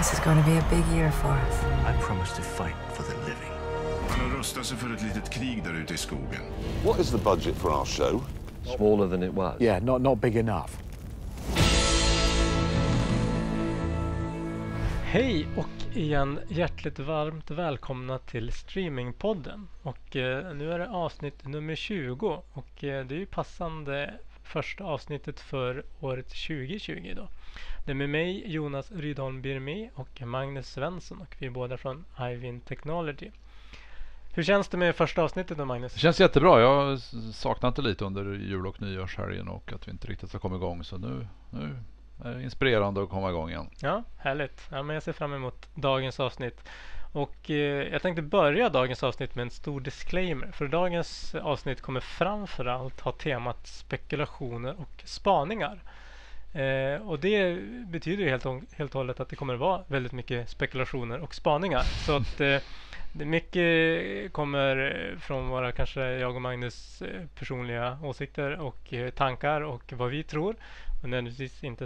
This is going to be a big year for us. I promise to fight for the living. Han har rustat sig för ett litet krig där ute i skogen. What is the budget for our show? Smaller than it was. Yeah, not big enough. Hej och igen hjärtligt varmt välkomna till Streamingpodden. Och nu är det avsnitt nummer 20 och det är ju passande första avsnittet för året 2020 då. Det är med mig Jonas Rydholm Birmi och Magnus Svensson och vi är båda från Ivin Technology. Hur känns det med första avsnittet då, Magnus? Det känns jättebra. Jag har saknat det lite under jul- och nyårshelgen och att vi inte riktigt har kommit igång. Så nu är det inspirerande att komma igång igen. Ja, härligt. Ja, men jag ser fram emot dagens avsnitt. Och jag tänkte börja dagens avsnitt med en stor disclaimer. För dagens avsnitt kommer framförallt ha temat spekulationer och spaningar. Och det betyder ju helt och hållet att det kommer att vara väldigt mycket spekulationer och spaningar. Så att det mycket kommer från våra, kanske jag och Magnus personliga åsikter och tankar och vad vi tror. Och nödvändigtvis inte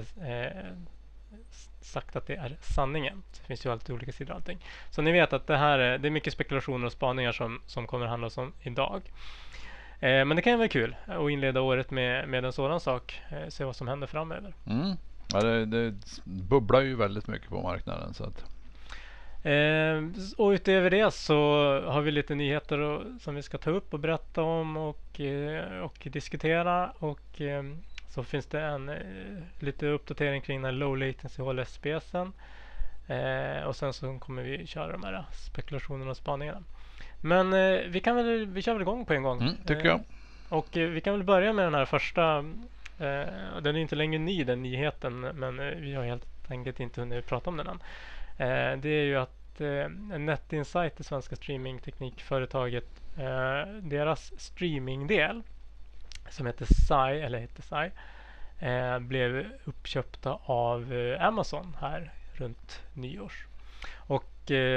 sagt att det är sanningen. Det finns ju alltid olika sidor och allting. Så ni vet att det är mycket spekulationer och spaningar som kommer att handla om idag. Men det kan ju vara kul att inleda året med en sådan sak. Se vad som händer framöver. Ja, det bubblar ju väldigt mycket på marknaden. Så att. Och utöver det så har vi lite nyheter som vi ska ta upp och berätta om och diskutera. Och så finns det lite uppdatering kring den low latency HLS-specen. Och sen så kommer vi köra de här spekulationerna och spaningarna. Men vi kör väl igång på en gång. Tycker jag. Och vi kan väl börja med den här första. Den är inte längre ny, den nyheten. Men vi har helt enkelt inte hunnit prata om den än. Det är ju att NetInsight, det svenska streamingteknikföretaget, deras streamingdel som heter Sai, blev uppköpta av Amazon här runt nyårs. Och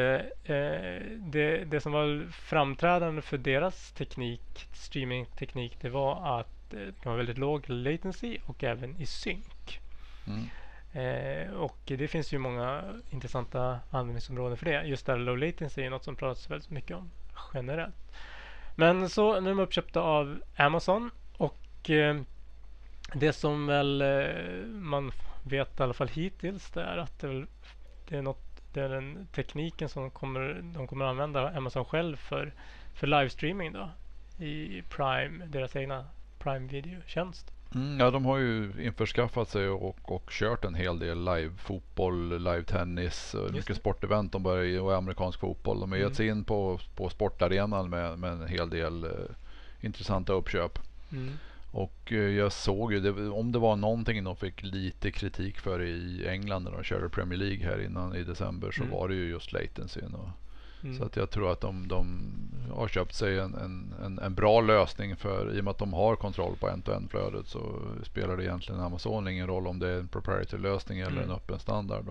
det som var framträdande för deras streamingteknik, det var att det kan vara väldigt låg latency och även i synk. Och det finns ju många intressanta användningsområden för det. Just där low latency är något som pratas väldigt mycket om generellt. Men så nu är de uppköpta av Amazon och det som väl man vet i alla fall hittills, det är att det är den tekniken som de kommer att använda Amazon själv för livestreaming då i Prime, deras egna Prime videotjänst. Ja, de har ju införskaffat sig och kört en hel del live-fotboll, live-tennis, mycket sportevent och amerikansk fotboll. De har gett sig in på sportarenan med en hel del intressanta uppköp. Och jag såg ju, om det var någonting de fick lite kritik för i England när de körde Premier League här innan i december, så var det ju just latency. Så att jag tror att de har köpt sig en bra lösning för, i och med att de har kontroll på end-to-end-flödet, så spelar det egentligen Amazon ingen roll om det är en proprietary lösning eller en öppen standard.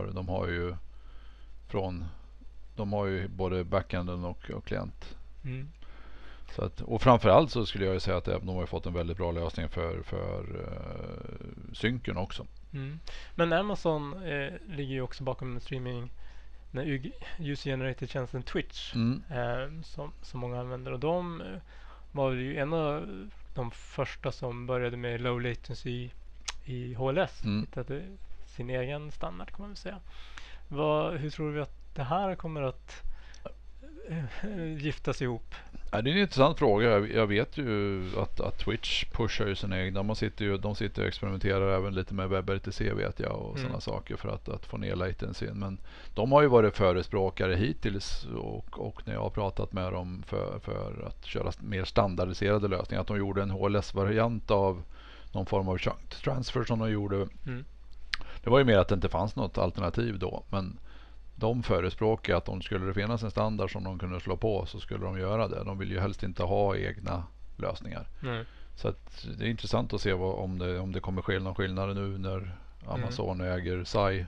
De har ju både backenden och klient. Så att, och framförallt så skulle jag ju säga att de har fått en väldigt bra lösning för synken också. Men Amazon ligger ju också bakom streaming, user-generated-tjänsten Twitch, som många använder. Och de var ju en av de första som började med low latency i HLS. Hittade sin egen standard, kan man väl säga. Hur tror vi att det här kommer att giftas ihop? Ja, det är en intressant fråga. Jag vet ju att Twitch pushar ju sina egna. De sitter och experimenterar även lite med WebRTC, vet jag, och sådana saker för att få ner latency. Men de har ju varit förespråkare hittills, och när jag har pratat med dem för att köra mer standardiserade lösningar, att de gjorde en HLS-variant av någon form av chunk transfer som de gjorde. Det var ju mer att det inte fanns något alternativ då, men de förespråkar att om skulle det finnas en standard som de kunde slå på, så skulle de göra det. De vill ju helst inte ha egna lösningar. Så att det är intressant att se om det kommer ske någon skillnad nu när Amazon äger Sai.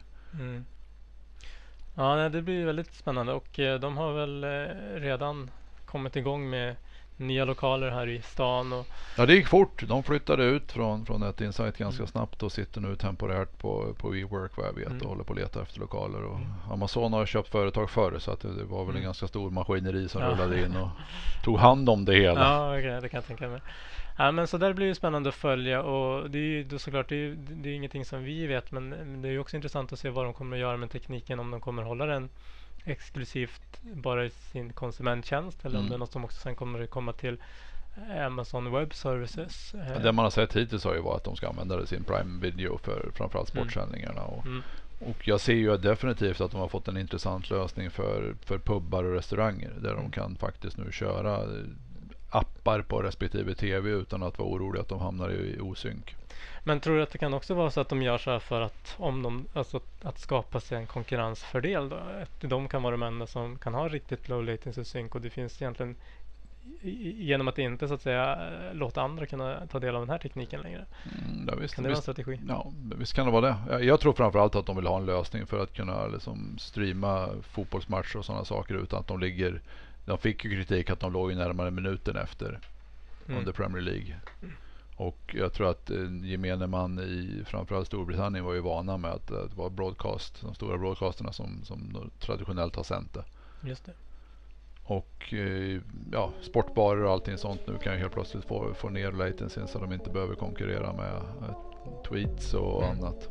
Ja, det blir väldigt spännande, och de har väl redan kommit igång med nya lokaler här i stan. Och Ja, det gick fort. De flyttade ut från Net Insight ganska snabbt och sitter nu temporärt på WeWork vad jag vet och håller på att leta efter lokaler. Och Amazon har köpt företag förr så att det var väl en ganska stor maskineri som rullade in och tog hand om det hela. Ja, okay, det kan jag tänka mig. Ja, men så där blir det spännande att följa och det är ju då såklart det är ingenting som vi vet, men det är ju också intressant att se vad de kommer att göra med tekniken, om de kommer att hålla den exklusivt bara i sin konsumenttjänst eller om det är något som också sen kommer att komma till Amazon Web Services. Ja, det man har sett hittills har ju varit att de ska använda sin Prime Video för framförallt sportsändningarna och jag ser ju definitivt att de har fått en intressant lösning för pubbar och restauranger där de kan faktiskt nu köra appar på respektive tv utan att vara oroliga att de hamnar i osynk. Men tror du att det kan också vara så att de gör så här för att att skapa sig en konkurrensfördel då? Att de kan vara de enda som kan ha riktigt low latency sync och det finns egentligen genom att inte så att säga låta andra kunna ta del av den här tekniken längre. Ja, visst, kan det vara en strategi? Ja, visst kan det vara det. Jag tror framförallt att de vill ha en lösning för att kunna liksom streama fotbollsmatcher och sådana saker utan att de fick ju kritik att de låg närmare minuten efter under Premier League. Och jag tror att gemene man i framförallt Storbritannien var ju vana med att det var broadcast, de stora broadcasterna som traditionellt har sänt det. Just det. Och sportbarer och allting sånt nu kan ju helt plötsligt få ner latency så de inte behöver konkurrera med tweets och annat.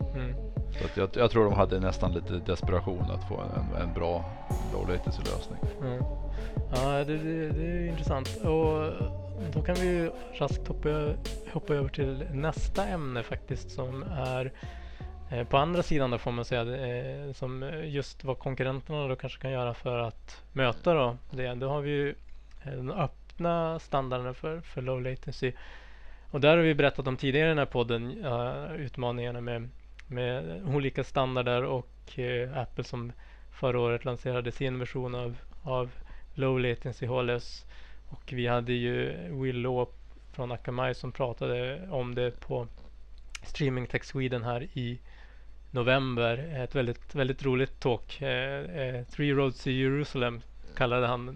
Så att jag tror de hade nästan lite desperation att få en bra low latency lösning. Ja, det är intressant. Och då kan vi ju raskt hoppa över till nästa ämne faktiskt som är på andra sidan då får man säga som just vad konkurrenterna då kanske kan göra för att möta då det. Då har vi ju den öppna standarden för low latency. Och där har vi berättat om tidigare i den här podden utmaningarna med olika standarder och Apple som förra året lanserade sin version av low latency HLS och vi hade ju Will Law från Akamai som pratade om det på Streaming Tech Sweden här i november. Ett väldigt, väldigt roligt talk. Three Roads to Jerusalem kallade han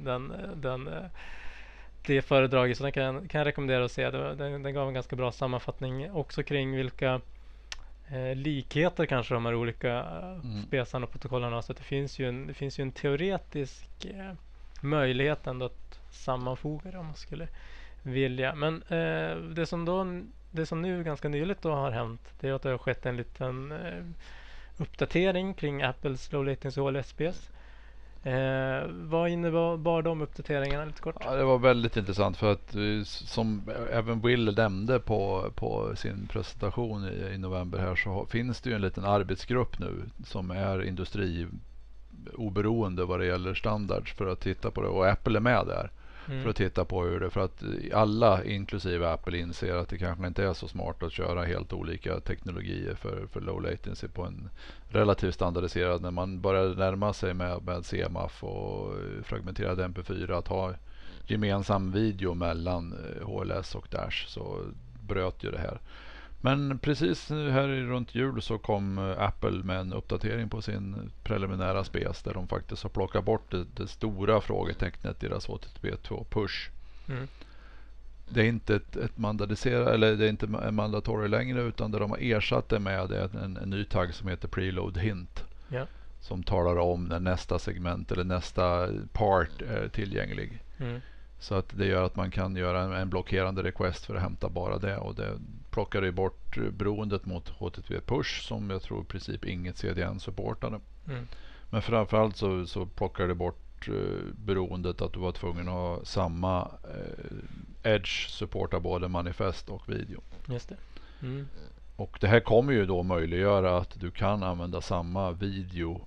det föredraget, så den kan jag rekommendera att se. Den gav en ganska bra sammanfattning också kring vilka likheter kanske de här olika spesarna och protokollen har. Så att det finns ju en teoretisk möjlighet ändå att sammanfoga det om man skulle vilja. Men det som nu ganska nyligt då har hänt, det är att det har skett en liten uppdatering kring Apples low latency HLS-spec. Vad innebar de uppdateringarna lite kort? Ja, det var väldigt intressant för att som även Will nämnde på sin presentation i november här så finns det ju en liten arbetsgrupp nu som är industrioberoende vad det gäller standards för att titta på det och Apple är med där för att titta på hur det, för att alla inklusive Apple inser att det kanske inte är så smart att köra helt olika teknologier för low latency på en relativt standardiserad när man börjar närma sig med CMAF och fragmenterad MP4 att ha gemensam video mellan HLS och Dash så bröt ju det här. Men precis nu här runt jul så kom Apple med en uppdatering på sin preliminära spec där de faktiskt har plockat bort det stora frågetecknet i deras HTTP2 push. Det är inte ett mandatiserat eller det är inte en mandatory längre utan det de har ersatt det med en ny tagg som heter preload hint. Som talar om när nästa segment eller nästa part är tillgänglig. Så att det gör att man kan göra en blockerande request för att hämta bara det och det plockar ju bort beroendet mot HTTP push som jag tror i princip inget CDN supportade. Men framförallt så plockar det bort beroendet att du var tvungen att ha samma Edge supportar både manifest och video. Just det. Och det här kommer ju då möjliggöra att du kan använda samma video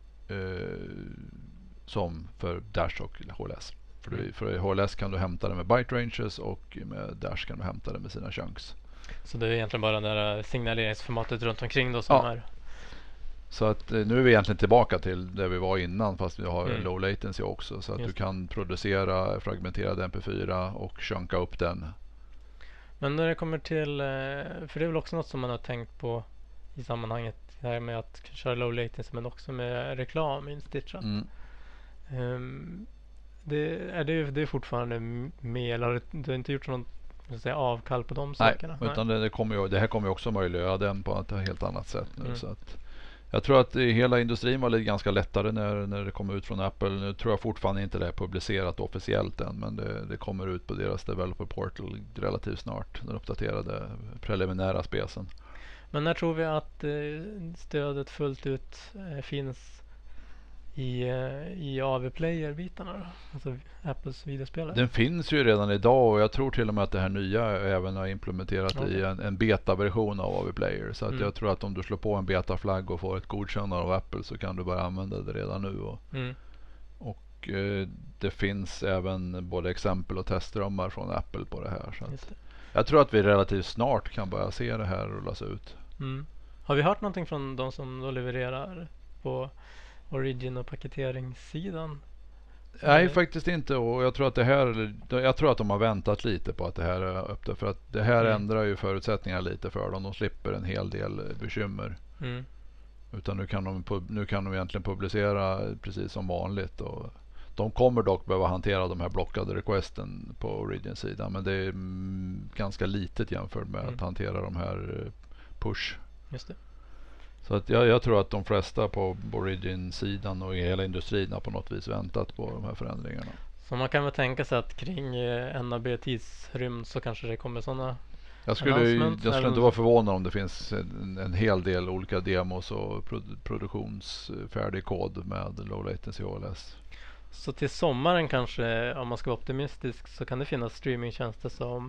som för Dash och HLS. För HLS kan du hämta det med byte ranges och med Dash kan du hämta det med sina chunks. Så det är egentligen bara det där signaleringsformatet runt omkring då som är. Så att nu är vi egentligen tillbaka till där vi var innan fast vi har low latency också. Så att du kan producera fragmenterad MP4 och chunka upp den. Men när det kommer till, för det är väl också något som man har tänkt på i sammanhanget det här med att köra low latency men också med reklam institchat. det är fortfarande med, eller du har inte gjort någon avkall på de Nej, sakerna? utan det här kommer ju också möjliggöra den på ett helt annat sätt nu. Så att jag tror att hela industrin var lite ganska lättare när det kom ut från Apple. Nu tror jag fortfarande inte det är publicerat officiellt än, men det kommer ut på deras developer portal relativt snart, den uppdaterade preliminära specen. Men när tror vi att stödet fullt ut finns i AV-player-bitarna då? Alltså Apples videospelare? Den finns ju redan idag och jag tror till och med att det här nya även har implementerat i en beta-version av AV-player. Så att jag tror att om du slår på en beta-flagg och får ett godkännande av Apple så kan du börja använda det redan nu. Och det finns även både exempel och testströmmar från Apple på det här. Så att jag tror att vi relativt snart kan börja se det här rullas ut. Har vi hört någonting från de som då levererar på Origin och paketeringssidan? Nej, faktiskt inte. Och jag tror att de har väntat lite på att det här är öppet. För att det här ändrar ju förutsättningarna lite för dem. De slipper en hel del bekymmer. Utan nu kan de egentligen publicera precis som vanligt. Och de kommer dock behöva hantera de här blockade requesten på Origin-sidan. Men det är ganska litet jämfört med att hantera de här push. Just det. Så att jag tror att de flesta på Origin-sidan och i hela industrin har på något vis väntat på de här förändringarna. Så man kan väl tänka sig att kring NAB tidsrymd så kanske det kommer sådana. Jag skulle inte vara förvånad om det finns en hel del olika demos och produktionsfärdig kod med low latency OLS. Så till sommaren kanske, om man ska vara optimistisk, så kan det finnas streamingtjänster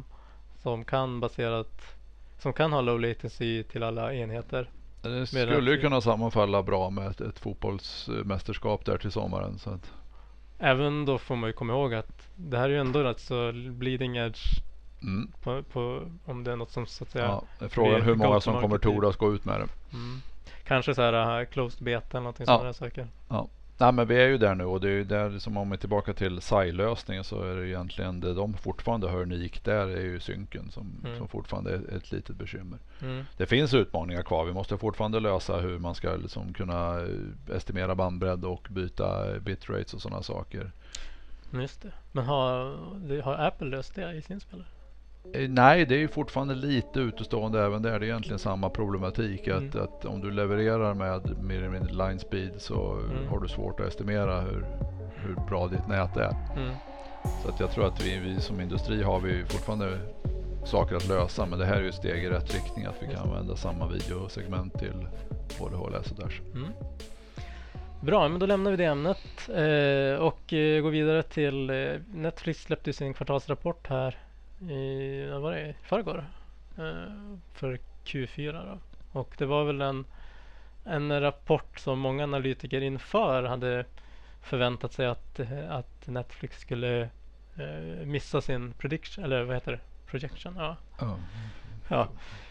som kan ha low latency till alla enheter. Det skulle ju kunna sammanfalla bra med ett fotbollsmästerskap där till sommaren. Så att. Även då får man ju komma ihåg att det här är ju ändå rätt så bleeding edge på om det är något som så att säga. Ja, frågan hur många som kommer tordas gå ut med det. Kanske så här closed beta eller någonting sådana saker. Ja. Nej, men vi är ju där nu och det är ju där som om vi är tillbaka till SAI-lösningen så är det egentligen det de fortfarande hör unikt där är ju synken som fortfarande är ett litet bekymmer. Det finns utmaningar kvar. Vi måste fortfarande lösa hur man ska liksom kunna estimera bandbredd och byta bitrates och sådana saker. Just det. Men har Apple löst det i sin spelare? Nej, det är ju fortfarande lite utestående även där. Det är egentligen samma problematik att om du levererar med mer eller mindre line speed så har du svårt att estimera hur bra ditt nät är. Så att jag tror att vi som industri har vi fortfarande saker att lösa, men det här är ju ett steg i rätt riktning att vi kan använda samma videosegment till både HLS och Dash. Bra, men då lämnar vi det ämnet och går vidare till Netflix släppte sin kvartalsrapport här i förrgår för Q4 då. Och det var väl en rapport som många analytiker inför hade förväntat sig att Netflix skulle missa sin prediction, eller vad heter det? Projection, ja.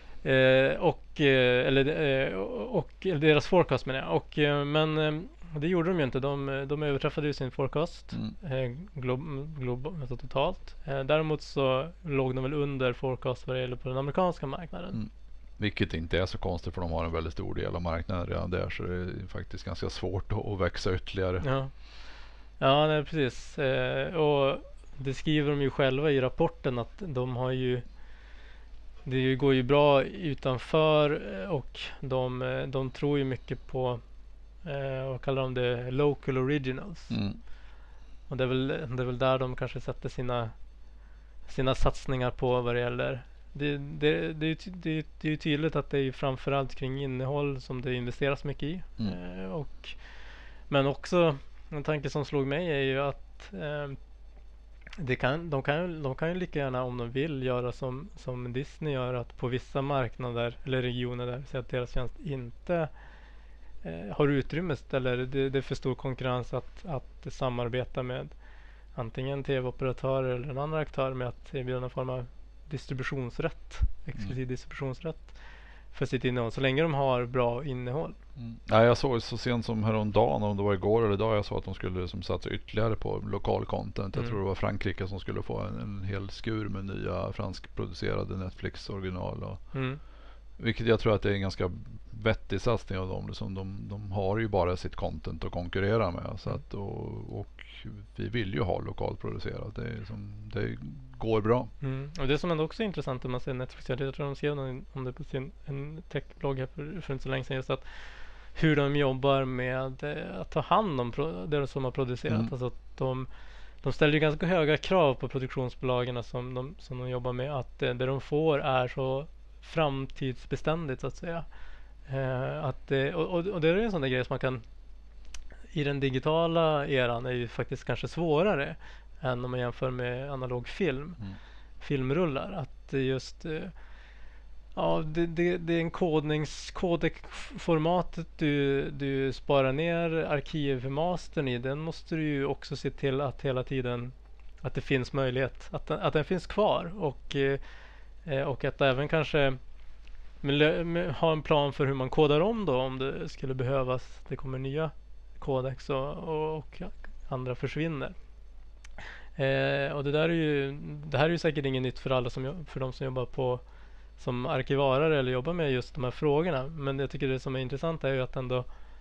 Och deras forecast menar jag. Men det gjorde de ju inte. De överträffade ju sin forecast totalt. Däremot så låg de väl under forecast vad det gäller på den amerikanska marknaden. Vilket inte är så konstigt för de har en väldigt stor del av marknaden redan där, så det är faktiskt ganska svårt att växa ytterligare. Ja, nej, precis. Och det skriver de ju själva i rapporten att de har ju det går ju bra utanför och de tror ju mycket på vad kallar de det? Local originals. Och det är väl där de kanske sätter sina satsningar på vad det gäller. Det är ju tydligt att det är framförallt kring innehåll som det investeras mycket i. Men också en tanke som slog mig är ju att de kan ju lika gärna om de vill göra som Disney gör, att på vissa marknader eller regioner där så att deras tjänst inte har utrymme eller det är för stor konkurrens att samarbeta med antingen tv-operatörer eller en annan aktör med att erbjuda någon form av distributionsrätt, exklusiv distributionsrätt för sitt innehåll, så länge de har bra innehåll. Ja, jag såg så sent som häromdagen, om det var igår eller idag, jag sa att de skulle som satsa ytterligare på lokal content. Jag tror det var Frankrike som skulle få en hel skur med nya franskproducerade Netflix original och Vilket jag tror att det är en ganska vettig satsning av dem. Liksom de har ju bara sitt content att konkurrera med. Så att, och vi vill ju ha lokalt producerat. Det går bra. Och det som ändå också är intressant när man ser Netflix, jag tror de skrev om det på en techblogg här för inte så länge sedan, just att hur de jobbar med att ta hand om det som har producerat. Alltså att de ställer ju ganska höga krav på produktionsbolagen som de jobbar med, att det de får är så framtidsbeständigt så att säga. Och det är en sån där grej som man kan i den digitala eran är ju faktiskt kanske svårare än om man jämför med analog filmrullar, att just det är en kodekformatet du sparar ner arkivmastern i, den måste du ju också se till att hela tiden att det finns möjlighet att den finns kvar och att även kanske ha en plan för hur man kodar om då om det skulle behövas. Det kommer nya kodex och andra försvinner. Och det här är ju säkert inget nytt för de som jobbar som arkivarare eller jobbar med just de här frågorna. Men jag tycker det som är intressant är ju att ändå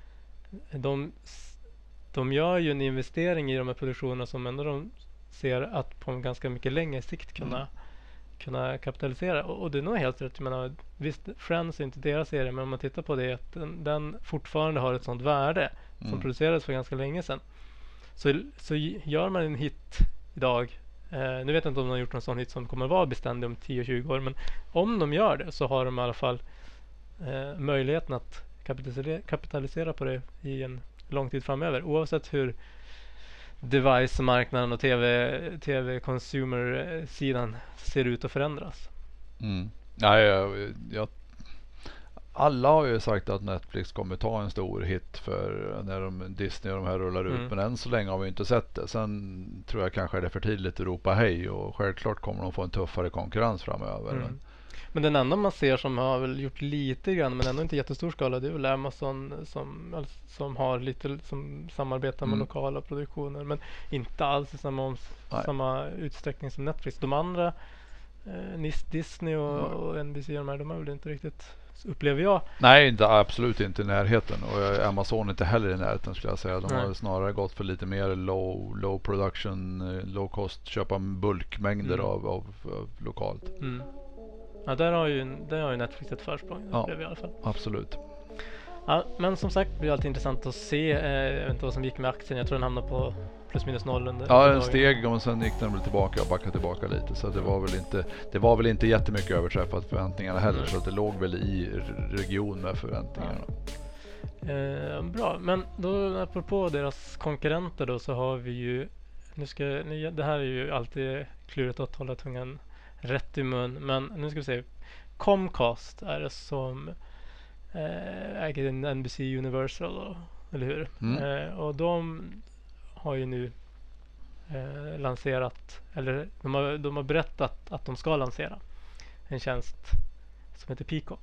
de gör ju en investering i de här produktionerna som ändå de ser att på en ganska mycket längre sikt kunna kapitalisera. Och det är nog helt rätt. Jag menar, visst, Friends är inte deras serie, men om man tittar på det att den fortfarande har ett sånt värde som producerades för ganska länge sedan. Så gör man en hit idag, nu vet jag inte om de har gjort en sån hit som kommer vara beständig om 10-20 år, men om de gör det så har de i alla fall möjligheten att kapitalisera på det i en lång tid framöver, oavsett hur device-marknaden och tv-consumer-sidan ser ut att förändras. Alla har ju sagt att Netflix kommer ta en stor hit för när Disney och de här rullar ut, men än så länge har vi inte sett det. Sen tror jag kanske det är för tidigt att ropa hej, och självklart kommer de få en tuffare konkurrens framöver. Men den enda man ser som har väl gjort lite grann, men ändå inte jättestor skala, det är väl Amazon som har lite som samarbetar med lokala produktioner, men inte alls i samma utsträckning som Netflix. De andra Disney och NBC de har väl inte riktigt, upplever jag. Nej, absolut inte i närheten, och Amazon inte heller i närheten skulle jag säga. De har snarare gått för lite mer low production, low cost, köpa bulkmängder av lokalt. Ja, där har ju Netflix ett försprång, upplever i alla fall. Absolut. Ja, men som sagt, det blir alltid intressant att se. Jag vet inte vad som gick med aktien. Jag tror den hamnade på plus minus noll under den steg och sen gick den väl tillbaka och backade tillbaka lite. Så det var väl inte jättemycket överträffat förväntningarna heller. Så det låg väl i region med förväntningarna. Bra, men då apropå deras konkurrenter då, så har vi ju det här är ju alltid klurigt att hålla tungan rätt i mun, men nu ska vi se. Comcast är det som äger NBC Universal då, eller hur? Och de har ju nu lanserat, eller de har berättat att de ska lansera en tjänst som heter Peacock.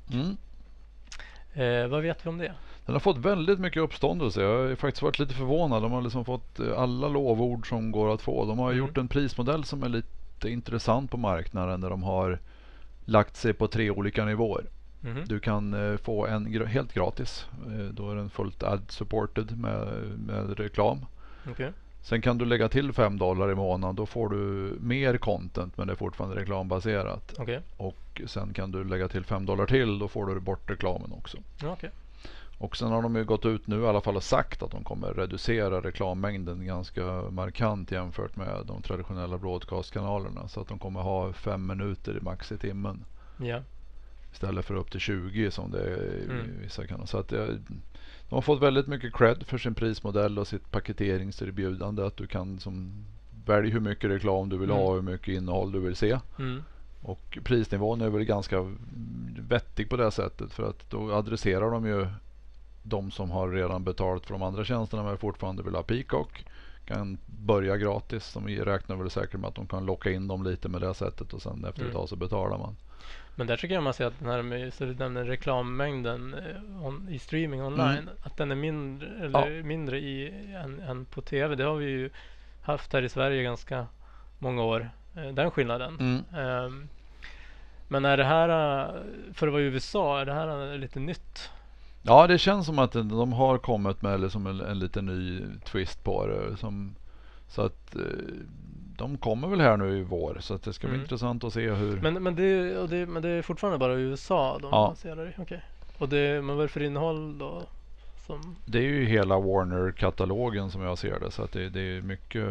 Vad vet vi om det? Den har fått väldigt mycket uppståndelse. Jag har faktiskt varit lite förvånad. De har liksom fått alla lovord som går att få. De har gjort en prismodell som är lite intressant på marknaden, där de har lagt sig på 3 olika nivåer. Du kan få en helt gratis. Då är den fullt ad-supported med reklam. Sen kan du lägga till $5 i månaden. Då får du mer content, men det är fortfarande reklambaserat. Och sen kan du lägga till $5 till. Då får du bort reklamen också. Och sen har de ju gått ut nu i alla fall och sagt att de kommer reducera reklammängden ganska markant jämfört med de traditionella broadcast-kanalerna. Så att de kommer ha 5 minuter max i timmen. Istället för upp till 20 som det är i vissa kanaler. Så att de har fått väldigt mycket cred för sin prismodell och sitt paketeringserbjudande. Att du kan välja hur mycket reklam du vill ha och hur mycket innehåll du vill se. Och prisnivån är väl ganska vettig på det sättet, för att då adresserar de ju de som har redan betalat för de andra tjänsterna men fortfarande vill ha Peacock. Kan börja gratis. De räknar väl säkert med att de kan locka in dem lite med det sättet, och sen efter ett tag så betalar man. Men där tycker jag man ser att den här reklammängden i streaming online, att den är mindre än på tv. Det har vi ju haft här i Sverige ganska många år, den skillnaden. Men är det här, för att vara i USA, är det här lite nytt? Ja, det känns som att de har kommit med liksom en lite ny twist på det. Så att de kommer väl här nu i vår. Så att det ska bli intressant att se hur... Men det är fortfarande bara i USA de lanserar det? Okej. Och men vad är det för innehåll då? Det är ju hela Warner-katalogen som jag ser det. Så att det är mycket...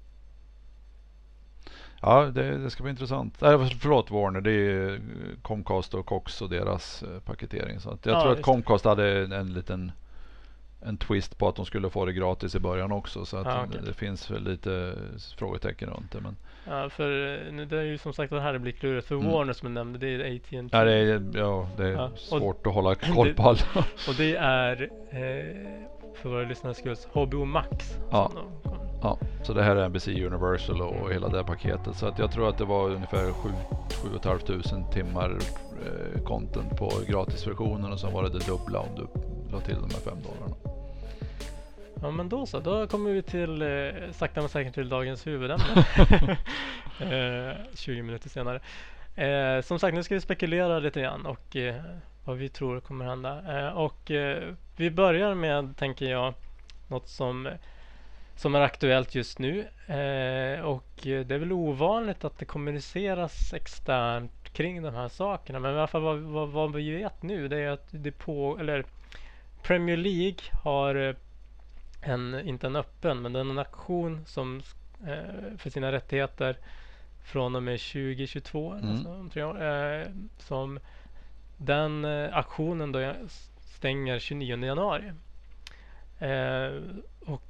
Ja, det ska bli intressant. Förlåt, Warner, det är Comcast och Cox och deras paketering. Så att jag tror att Comcast hade en twist på att de skulle få det gratis i början också. Så att det finns väl lite frågetecken runt det. Men... Ja, för det är ju som sagt det här blir klurigt. För Warner som jag nämnde, det är AT&T. Ja, det är svårt att hålla koll på alla. Och det är för våra lyssnare skulle HBO Max. Ja. Så det här är NBC Universal och hela det paketet. Så att jag tror att det var ungefär 7 500 timmar content på gratisversionen och så var det dubbla om du la till de här $5. Ja, men då kommer vi till sakta men säkert till dagens huvudämne. 20 minuter senare. Som sagt, nu ska vi spekulera lite grann och vad vi tror kommer hända. Och vi börjar med, tänker jag, något som är aktuellt just nu. Och det är väl ovanligt att det kommuniceras externt kring de här sakerna. Men i alla fall vad vi vet nu, det är att Premier League har inte en öppen, men det är en auktion som för sina rättigheter från och med 2022 alltså, om 3 år, som den auktionen då stänger 29 januari. Och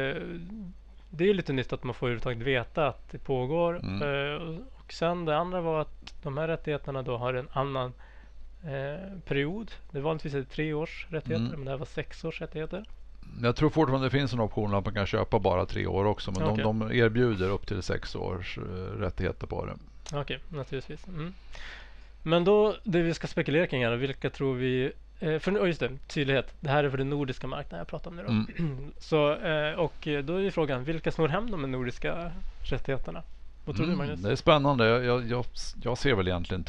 det är lite nytt att man får överhuvudtaget veta att det pågår. Och sen det andra var att de här rättigheterna då har en annan period. Det var vanligtvis 3 års rättigheter, men det här var 6 års rättigheter. Jag tror fortfarande det finns en option att man kan köpa bara 3 år också. Men de erbjuder upp till 6 års rättigheter på det. Okej, naturligtvis. Men då, det vi ska spekulera kring här, vilka tror vi... just det, tydlighet. Det här är för den nordiska marknaden jag pratar om nu då. Så, och då är ju frågan, vilka snor hem de nordiska rättigheterna? Vad tror du, Magnus? Det är spännande. Jag ser väl egentligen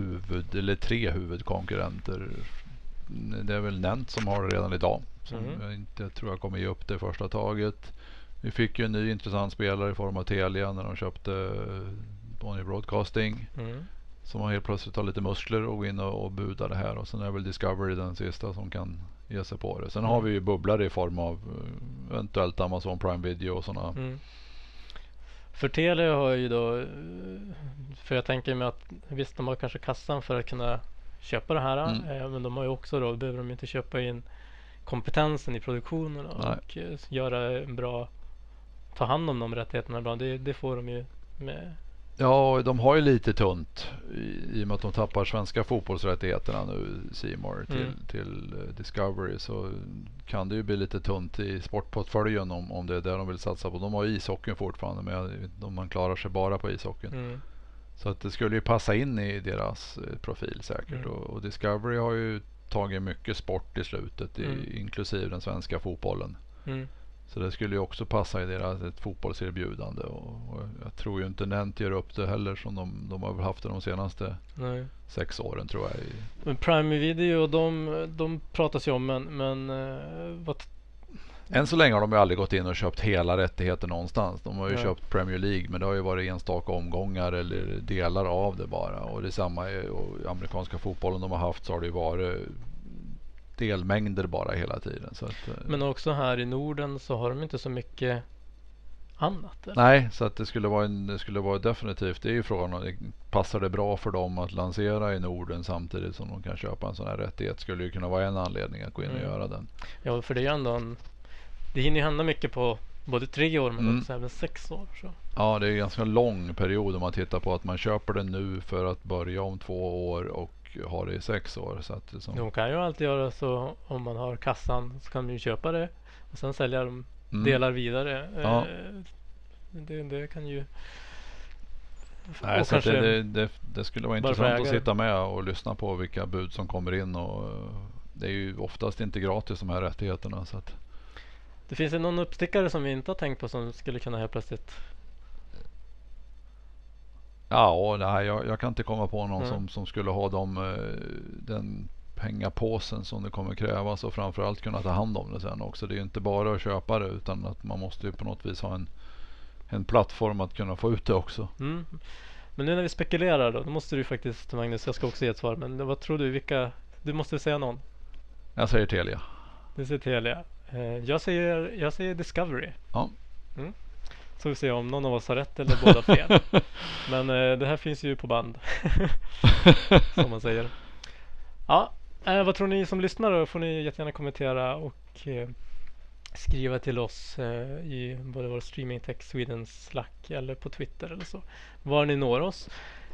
3 huvudkonkurrenter. Det är väl Nent som har det redan idag. Som jag inte tror jag kommer ge upp det första taget. Vi fick ju en ny intressant spelare i form av Telia när de köpte Bonnier Broadcasting. Som har helt plötsligt har lite muskler och gå in och buda det här. Och sen är väl Discovery den sista som kan ge sig på det. Sen har vi ju bubblare i form av eventuellt Amazon Prime Video och sådana. För Telia har ju då, för jag tänker mig att visst de har kanske kassan för att kunna köpa det här. Men de har ju också då, behöver de inte köpa in kompetensen i produktionen och göra en bra, ta hand om de rättigheterna bra. Det får de ju med. Ja, de har ju lite tunt i och med att de tappar svenska fotbollsrättigheterna nu, C More till Discovery, så kan det ju bli lite tunt i sportportföljen om det är där de vill satsa på. De har ishockeyn fortfarande, men om man klarar sig bara på ishockeyn. Så att det skulle ju passa in i deras profil säkert. Och Discovery har ju tagit mycket sport i slutet, inklusive den svenska fotbollen. Så det skulle ju också passa i deras ett fotbollserbjudande. Och jag tror ju inte Nent gör upp det heller som de har väl haft det de senaste 6 åren tror jag. Men Prime Video, de pratas ju om, men vad... Än så länge har de ju aldrig gått in och köpt hela rättigheter någonstans. De har ju köpt Premier League, men det har ju varit enstaka omgångar eller delar av det bara. Och det är samma i amerikanska fotbollen de har haft, så har det ju varit delmängder bara hela tiden. Så att, men också här i Norden så har de inte så mycket annat. Eller? Nej, så att det skulle vara definitivt. Det är ju frågan om passar det bra för dem att lansera i Norden samtidigt som de kan köpa en sån här rättighet. Skulle ju kunna vara en anledning att gå in och göra den. Ja, för det är ändå det hinner ju hända mycket på både 3 år men också även 6 år. Så. Ja, det är en ganska lång period om man tittar på att man köper den nu för att börja om 2 år och har det i 6 år. Så att de kan ju alltid göra så, om man har kassan så kan man ju köpa det och sen sälja de delar vidare. Ja. Det kan ju... Nej, så det skulle vara intressant att sitta med och lyssna på vilka bud som kommer in, och det är ju oftast inte gratis de här rättigheterna. Så att... Det finns någon uppstickare som vi inte har tänkt på som skulle kunna helt plötsligt Ja, nej, jag kan inte komma på någon som skulle ha den pengapåsen som det kommer krävas och framförallt kunna ta hand om det sen också. Det är ju inte bara att köpa det utan att man måste ju på något vis ha en plattform att kunna få ut det också. Men nu när vi spekulerar då måste du faktiskt, Magnus, jag ska också ge ett svar, men vad tror du, du måste säga någon. Jag säger Telia. Du säger Telia. Jag säger Discovery. Ja. Så vi ser om någon av oss har rätt eller båda fel. Men det här finns ju på band. Som man säger. Ja, vad tror ni som lyssnar då? Får ni jättegärna kommentera och skriva till oss i både vår Streaming Tech Sweden Slack eller på Twitter eller så. Var ni når oss.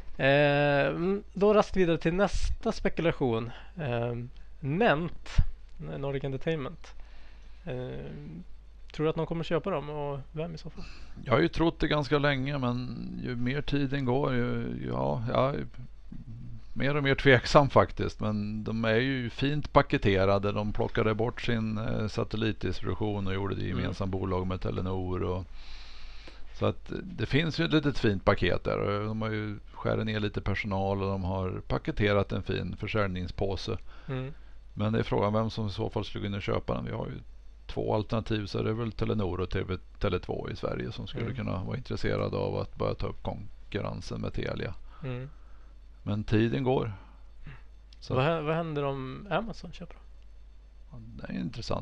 Då raskt vidare till nästa spekulation. Nent, Nordic Entertainment. Tror du att någon kommer köpa dem och vem i så fall? Jag har ju trott det ganska länge, men ju mer tiden går jag är mer och mer tveksam faktiskt. Men de är ju fint paketerade. De plockade bort sin satellitdistribution och gjorde det gemensam bolag med Telenor. Så att det finns ju ett litet fint paket där. De har ju skärt ner lite personal och de har paketerat en fin försäljningspåse. Men det är frågan vem som i så fall skulle kunna köpa den. Vi har ju 2 alternativ, så det är väl Telenor och Tele2 i Sverige som skulle kunna vara intresserade av att börja ta upp konkurrensen med Telia. Men tiden går. Så vad händer om Amazon köper dem? Det är en intressant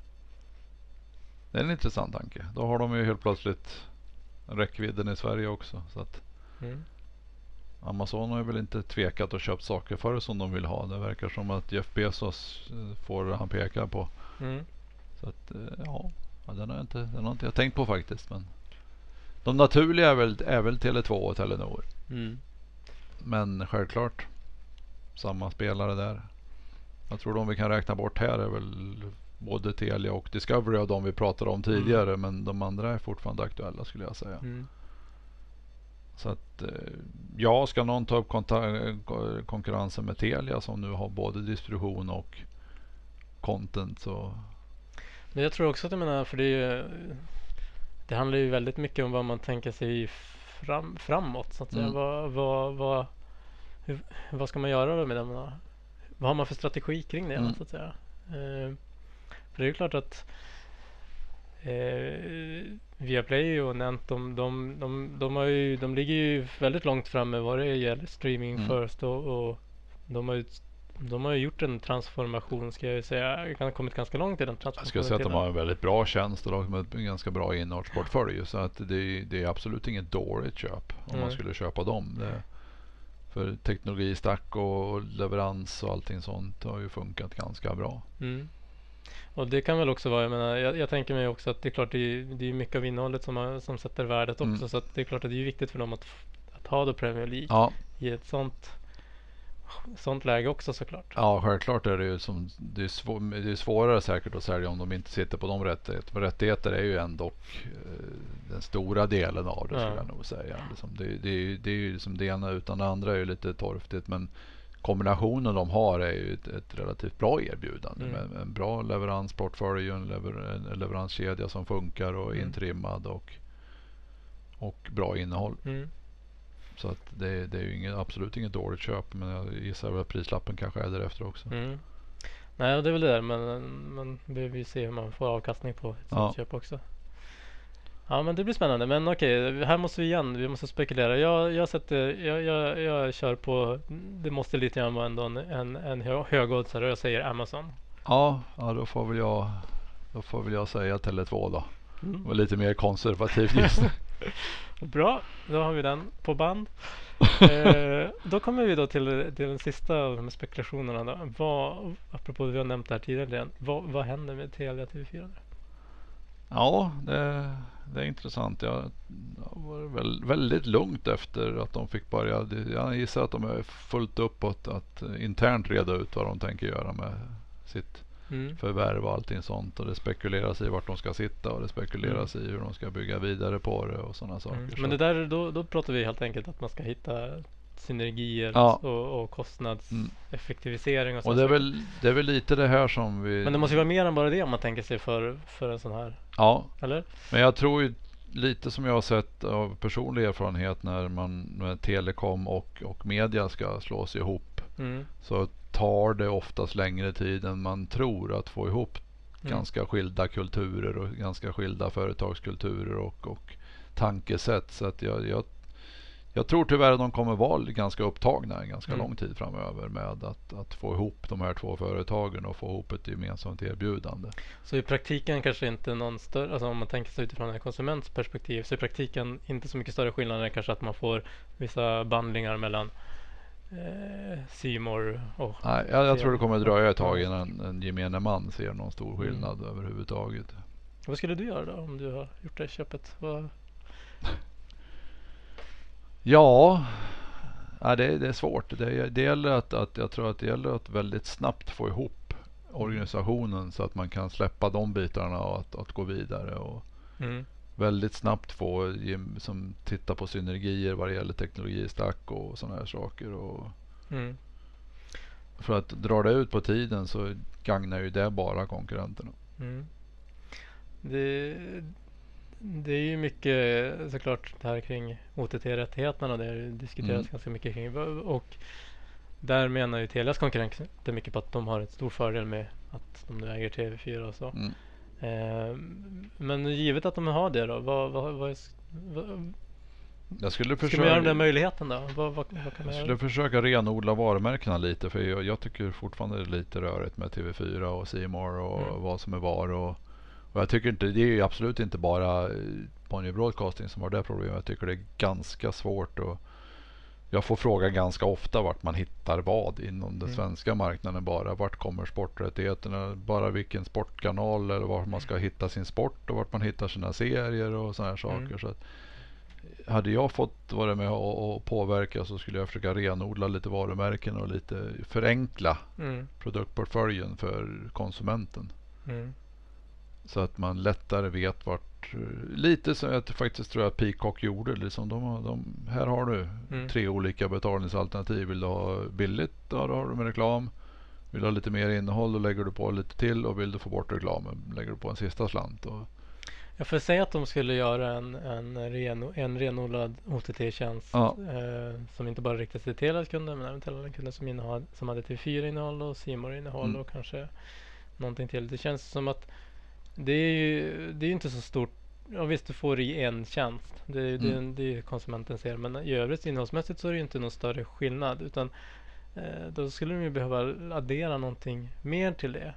tanke. Då har de ju helt plötsligt räckvidden i Sverige också. Så att Amazon har ju väl inte tvekat och köpt saker för som de vill ha. Det verkar som att Jeff Bezos får han pekar på. Så att den har inte jag tänkt på faktiskt, men de naturliga är väl Tele2 och Telenor. Men självklart samma spelare där. Jag tror de vi kan räkna bort här är väl både Telia och Discovery av de vi pratade om tidigare, men de andra är fortfarande aktuella skulle jag säga. Så att ska någon ta upp konkurrensen med Telia som nu har både distribution och content så. Men jag tror också att för det handlar ju väldigt mycket om vad man tänker sig framåt så att säga. Vad ska man göra med dem? Vad har man för strategi kring det så att säga? För det är ju klart att Viaplay och Nent de ligger ju väldigt långt framme vad det gäller streaming först och de har ju gjort en transformation ska jag säga. Jag har kommit ganska långt i den transformationen. Jag skulle säga att de har en väldigt bra tjänst och med en ganska bra innehållsportfölj, så att det är absolut inget dåligt köp om man skulle köpa dem. För teknologistack och leverans och allting sånt har ju funkat ganska bra. Och det kan väl också vara, jag tänker mig också att det är klart det är mycket av innehållet som sätter värdet också, så att det är klart att det är viktigt för dem att ha då Premier League i ett sånt läge också såklart. Ja, självklart är det ju det är svårare säkert att sälja om de inte sitter på de rättigheter. För rättigheter är ju ändå den stora delen av det skulle jag nog säga. Det är ju som det ena utan det andra är ju lite torftigt, men kombinationen de har är ju ett relativt bra erbjudande med en bra leveransportfölj och en leveranskedja som funkar och intrimmad och bra innehåll. Så att det är ju absolut inget dåligt köp, men jag gissar väl att prislappen kanske är därefter också. Nej, det är väl det där, men vi vill se hur man får avkastning på ett sånt köp också. Ja, men det blir spännande. Men okej, här måste vi måste spekulera. Jag kör på, det måste lite grann vara ändå en högoddsare och jag säger Amazon. Ja, då får väl jag säga Tele2 då. Och lite mer konservativt just nu. Bra, då har vi den på band. Då kommer vi då till den sista av de här spekulationerna då. Apropå det vi har nämnt här tidigare, vad händer med Telia TV4? Ja, det är intressant. Jag var väldigt lugnt efter att de fick börja. Jag gissar att de är fullt upp att internt reda ut vad de tänker göra med sitt förvärv och allting sånt. Och det spekuleras i vart de ska sitta och det spekuleras i hur de ska bygga vidare på det och sådana saker. Men det där, då pratar vi helt enkelt att man ska hitta synergier och kostnadseffektivisering och så. Och det är väl lite det här som vi. Men det måste ju vara mer än bara det om man tänker sig för en sån här. Ja. Eller? Men jag tror ju lite som jag har sett av personlig erfarenhet när telekom och media ska slås ihop, så tar det oftast längre tid än man tror att få ihop ganska skilda kulturer och ganska skilda företagskulturer och tankesätt. Så att jag tror tyvärr att de kommer vara ganska upptagna en ganska lång tid framöver med att få ihop de här två företagen och få ihop ett gemensamt erbjudande. Så i praktiken kanske inte någon större, alltså om man tänker sig utifrån en konsumentsperspektiv, så i praktiken inte så mycket större skillnad än kanske att man får vissa bandlingar mellan C More och... Nej, jag tror det kommer dröja ett tag innan en gemene man ser någon stor skillnad överhuvudtaget. Vad skulle du göra då om du har gjort det köpet? Ja, det är svårt. Det gäller jag tror att det gäller att väldigt snabbt få ihop organisationen så att man kan släppa de bitarna och att gå vidare och väldigt snabbt få som titta på synergier vad det gäller teknologistack och sådana här saker. Och för att dra det ut på tiden så gagnar ju det bara konkurrenterna. Det är ju mycket såklart det här kring OTT-rättigheterna, det diskuteras ganska mycket kring, och där menar ju Telias konkurrenter mycket på att de har ett stor fördel med att de nu äger TV4 och så. Men givet att de har det då, jag skulle ska man göra den möjligheten då? Vad kan man jag skulle försöka renodla varumärkena lite, för jag tycker fortfarande det är lite rörigt med TV4 och C More och vad som är var, och jag tycker inte, det är ju absolut inte bara Bonnier Broadcasting som har det problemet. Jag tycker det är ganska svårt, och jag får fråga ganska ofta vart man hittar vad inom den svenska marknaden. Bara vart kommer sporträttigheterna, bara vilken sportkanal eller vart man ska hitta sin sport och vart man hittar sina serier och såna här saker. Så att, hade jag fått vara med och påverka så skulle jag försöka renodla lite varumärken och lite förenkla produktportföljen för konsumenten. Så att man lättare vet vart, lite som jag faktiskt tror att Peacock gjorde. Liksom här har du 3 olika betalningsalternativ. Vill du ha billigt, då har du med reklam. Vill du ha lite mer innehåll, då lägger du på lite till. Och vill du få bort reklamen, lägger du på en sista slant. Jag får säga att de skulle göra en renodlad OTT-tjänst som inte bara riktar sig till Telias kunder, men även till alla kunder som hade TV4-innehåll och C More-innehåll och kanske någonting till. Det känns som att det är ju inte så stort. Ja, visst, du får i en tjänst. Det är konsumenten ser. Men i övrigt innehållsmässigt så är det ju inte någon större skillnad. Utan då skulle de ju behöva addera någonting mer till det.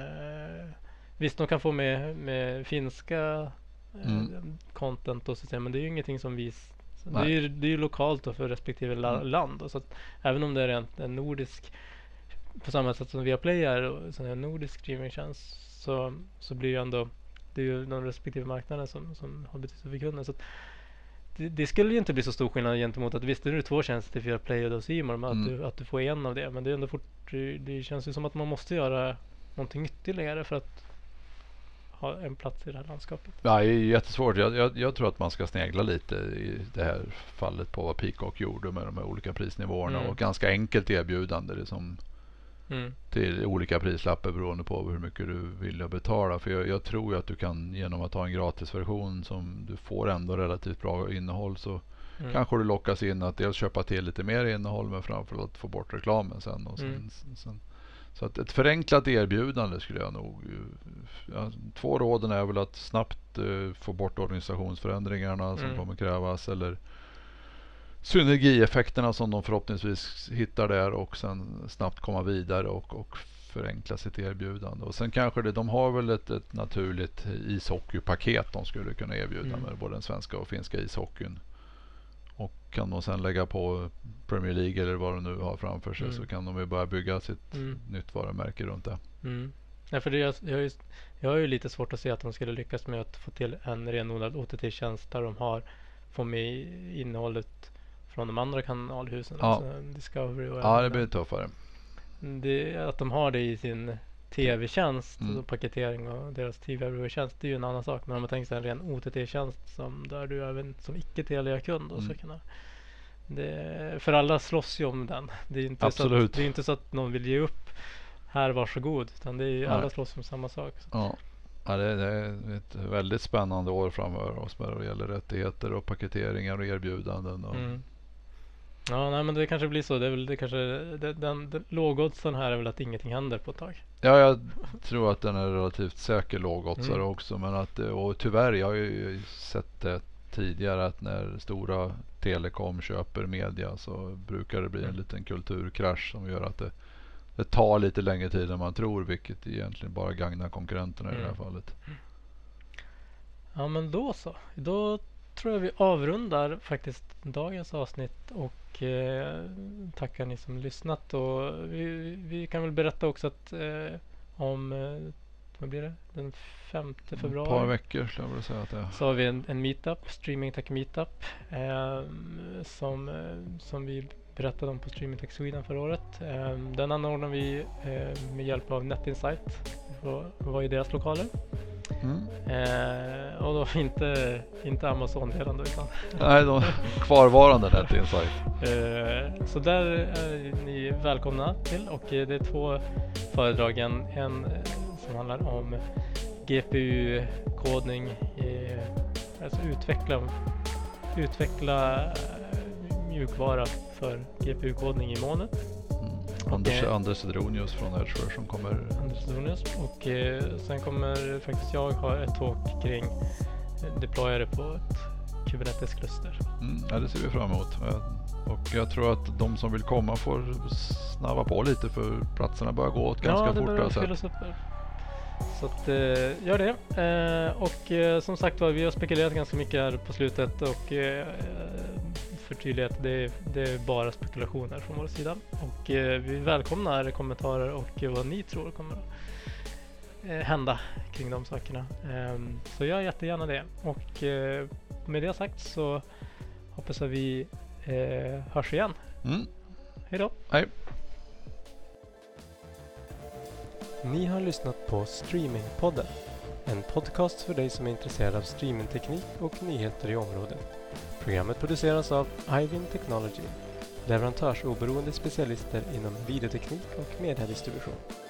Visst, de kan få med finska content och så, men det är ju ingenting som det är ju lokalt då för respektive land. Och så att även om det är en nordisk, på samma sätt som Viaplay är en nordisk streamingtjänst, så blir ju ändå det är ju de respektive marknaden som har betydelse för kunden. Så att det skulle ju inte bli så stor skillnad gentemot att visst, det är 2 tjänster för Play och då C More, men att du får en av det. Men det är ändå det känns ju som att man måste göra någonting ytterligare för att ha en plats i det här landskapet. Ja, det är jättesvårt. Jag tror att man ska snegla lite i det här fallet på vad Peacock gjorde med de här olika prisnivåerna och ganska enkelt erbjudande det som till olika prislappar beroende på hur mycket du vill betala. För jag tror att du kan, genom att ha en gratisversion som du får ändå relativt bra innehåll, så kanske du lockas in att dels köpa till lite mer innehåll, men framförallt få bort reklamen sen. Och sen så att ett förenklat erbjudande skulle jag nog... 2 råden är väl att snabbt få bort organisationsförändringarna som kommer krävas, eller synergieffekterna som de förhoppningsvis hittar där, och sen snabbt komma vidare och förenkla sitt erbjudande. Och sen kanske de har väl ett naturligt ishockeypaket de skulle kunna erbjuda med både den svenska och finska ishockeyn. Och kan de sen lägga på Premier League eller vad de nu har framför sig, så kan de ju börja bygga sitt nytt varumärke runt det. Ja, för jag har ju lite svårt att se att de skulle lyckas med att få till en renodlad OTT-tjänst där de får med innehållet från de andra kanalhusen. Ja, alltså Discovery och det blir tuffare. Att de har det i sin tv-tjänst och paketering och deras TV-tjänst, det är ju en annan sak. Men om man tänker sig en ren OTT-tjänst där du även som icke-Telia-kund så kan för alla slåss ju om den. Det är inte så att någon vill ge upp här, varsågod, utan det är alla slåss om samma sak. Ja. Ja, det är ett väldigt spännande år framöver oss vad det gäller rättigheter och paketeringar och erbjudanden. Och Ja, nej, men det kanske blir så. Det är väl det kanske den lågoddsaren här är väl att ingenting händer på ett tag. Ja, jag tror att den är relativt säker lågoddsare också. Men att, och tyvärr, jag har ju sett det tidigare att när stora telekom köper media så brukar det bli en liten kulturkrasch som gör att det tar lite längre tid än man tror, vilket egentligen bara gagnar konkurrenterna i det här fallet. Ja, men då så. Då tror jag vi avrundar faktiskt dagens avsnitt och tackar ni som lyssnat. Och vi kan väl berätta också att om vad blir det? Den 5 februari. Ett par veckor skulle jag vilja säga att det är. Så har vi en meetup, Streaming Tech Meetup, som vi berättade om på Streaming Tech Sweden förra året. Den anordnar vi med hjälp av NetInsight. Det var i deras lokaler. Och då inte Amazon-delen då, utan nej, de kvarvarande NetInsight. Så där är ni välkomna till, och det är 2 föredrag, en som handlar om GPU-kodning, alltså utveckla mjukvara för GPU-kodning i molnet. Anders Dronius från Edgeware som kommer. Anders Dronius. Och sen kommer faktiskt jag ha ett talk kring deploya det på ett Kubernetes-kluster. Ja, det ser vi fram emot. Och jag tror att de som vill komma får snabba på lite, för platserna börjar gå åt ganska fort. Ja, det fyllas upp. Så att, gör det. Och som sagt var, vi har spekulerat ganska mycket här på slutet, och för tydlighet, det är bara spekulationer från vår sida. Och vi välkomnar kommentarer och vad ni tror kommer att hända kring de sakerna. Så gör jättegärna det. Och med det sagt så hoppas att vi hörs igen. Hej då! Hej! Ni har lyssnat på Streamingpodden, en podcast för dig som är intresserad av streamingteknik och nyheter i området. Programmet produceras av Ivin Technology, leverantörsoberoende specialister inom videoteknik och mediedistribution.